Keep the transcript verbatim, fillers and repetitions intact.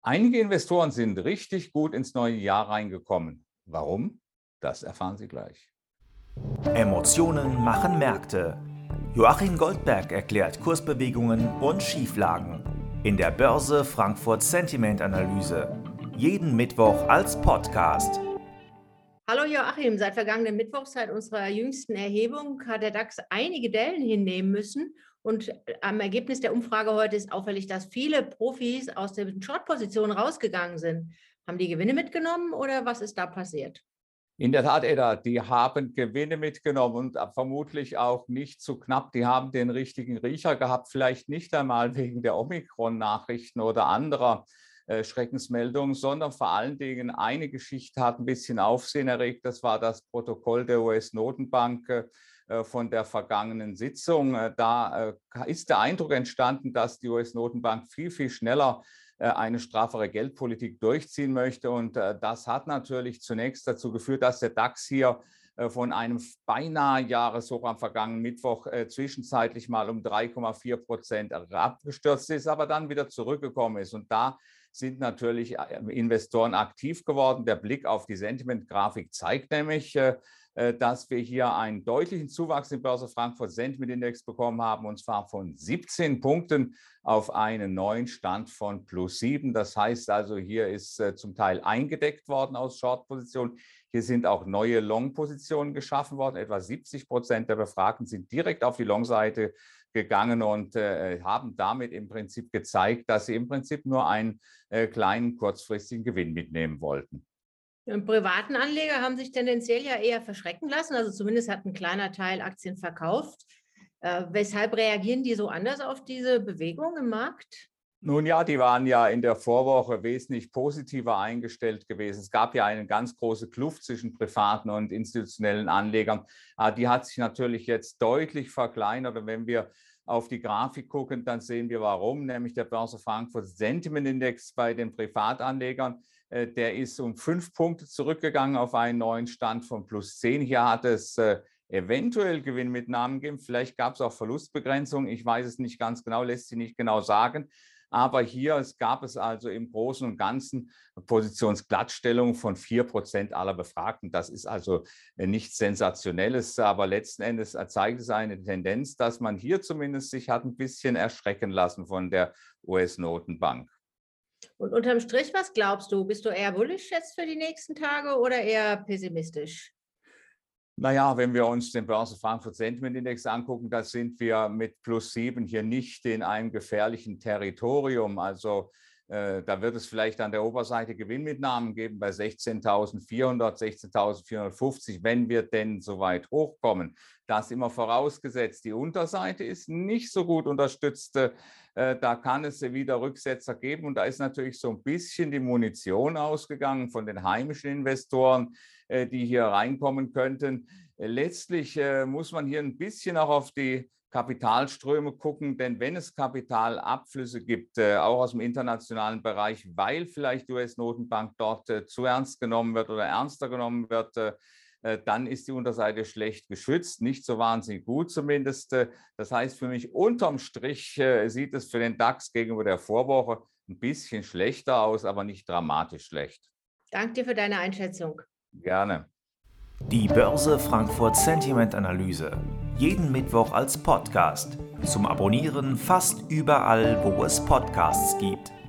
Einige Investoren sind richtig gut ins neue Jahr reingekommen. Warum? Das erfahren Sie gleich. Emotionen machen Märkte. Joachim Goldberg erklärt Kursbewegungen und Schieflagen in der Börse Frankfurt Sentiment Analyse. Jeden Mittwoch als Podcast. Hallo Joachim, seit vergangenen Mittwoch, seit unserer jüngsten Erhebung, hat der DAX einige Dellen hinnehmen müssen. Und am Ergebnis der Umfrage heute ist auffällig, dass viele Profis aus den Short-Positionen rausgegangen sind. Haben die Gewinne mitgenommen oder was ist da passiert? In der Tat, Edda, die haben Gewinne mitgenommen und vermutlich auch nicht zu knapp. Die haben den richtigen Riecher gehabt, vielleicht nicht einmal wegen der Omikron-Nachrichten oder anderer äh, Schreckensmeldungen, sondern vor allen Dingen eine Geschichte hat ein bisschen Aufsehen erregt. Das war das Protokoll der U S-Notenbank äh, von der vergangenen Sitzung. Äh, da äh, ist der Eindruck entstanden, dass die U S-Notenbank viel, viel schneller eine straffere Geldpolitik durchziehen möchte. Und das hat natürlich zunächst dazu geführt, dass der DAX hier von einem beinahe Jahreshoch am vergangenen Mittwoch zwischenzeitlich mal um drei Komma vier Prozent abgestürzt ist, aber dann wieder zurückgekommen ist. Und da sind natürlich Investoren aktiv geworden. Der Blick auf die Sentiment-Grafik zeigt nämlich, dass wir hier einen deutlichen Zuwachs im Börse Frankfurt Sentiment Index bekommen haben, und zwar von siebzehn Punkten auf einen neuen Stand von plus sieben. Das heißt also, hier ist äh, zum Teil eingedeckt worden aus Short-Positionen. Hier sind auch neue Long-Positionen geschaffen worden. Etwa siebzig Prozent der Befragten sind direkt auf die Long-Seite gegangen und äh, haben damit im Prinzip gezeigt, dass sie im Prinzip nur einen äh, kleinen kurzfristigen Gewinn mitnehmen wollten. Und privaten Anleger haben sich tendenziell ja eher verschrecken lassen, also zumindest hat ein kleiner Teil Aktien verkauft. Äh, weshalb reagieren die so anders auf diese Bewegung im Markt? Nun ja, die waren ja in der Vorwoche wesentlich positiver eingestellt gewesen. Es gab ja eine ganz große Kluft zwischen privaten und institutionellen Anlegern. Die hat sich natürlich jetzt deutlich verkleinert. Und wenn wir auf die Grafik gucken, dann sehen wir warum, nämlich der Börse Frankfurt Sentiment Index bei den Privatanlegern, der ist um fünf Punkte zurückgegangen auf einen neuen Stand von plus zehn. Hier hat es äh, eventuell Gewinnmitnahmen gegeben. Vielleicht gab es auch Verlustbegrenzungen. Ich weiß es nicht ganz genau, lässt sich nicht genau sagen. Aber hier es gab es also im Großen und Ganzen Positionsglattstellung von vier Prozent aller Befragten. Das ist also nichts Sensationelles, aber letzten Endes zeigt es eine Tendenz, dass man hier zumindest sich hat ein bisschen erschrecken lassen von der U S-Notenbank. Und unterm Strich, was glaubst du? Bist du eher bullisch jetzt für die nächsten Tage oder eher pessimistisch? Naja, wenn wir uns den Börse Frankfurt Sentiment Index angucken, da sind wir mit plus sieben hier nicht in einem gefährlichen Territorium. Also äh, da wird es vielleicht an der Oberseite Gewinnmitnahmen geben bei sechzehntausendvierhundert, sechzehntausendvierhundertfünfzig, wenn wir denn so weit hochkommen. Das immer vorausgesetzt. Die Unterseite ist nicht so gut unterstützt. Äh, da kann es wieder Rücksetzer geben. Und da ist natürlich so ein bisschen die Munition ausgegangen von den heimischen Investoren, äh, die hier reinkommen könnten. Äh, letztlich äh, muss man hier ein bisschen auch auf die Kapitalströme gucken, denn wenn es Kapitalabflüsse gibt, äh, auch aus dem internationalen Bereich, weil vielleicht die U S-Notenbank dort äh, zu ernst genommen wird oder ernster genommen wird, äh, dann ist die Unterseite schlecht geschützt, nicht so wahnsinnig gut zumindest. Das heißt für mich, unterm Strich sieht es für den DAX gegenüber der Vorwoche ein bisschen schlechter aus, aber nicht dramatisch schlecht. Danke dir für deine Einschätzung. Gerne. Die Börse Frankfurt Sentiment Analyse. Jeden Mittwoch als Podcast. Zum Abonnieren fast überall, wo es Podcasts gibt.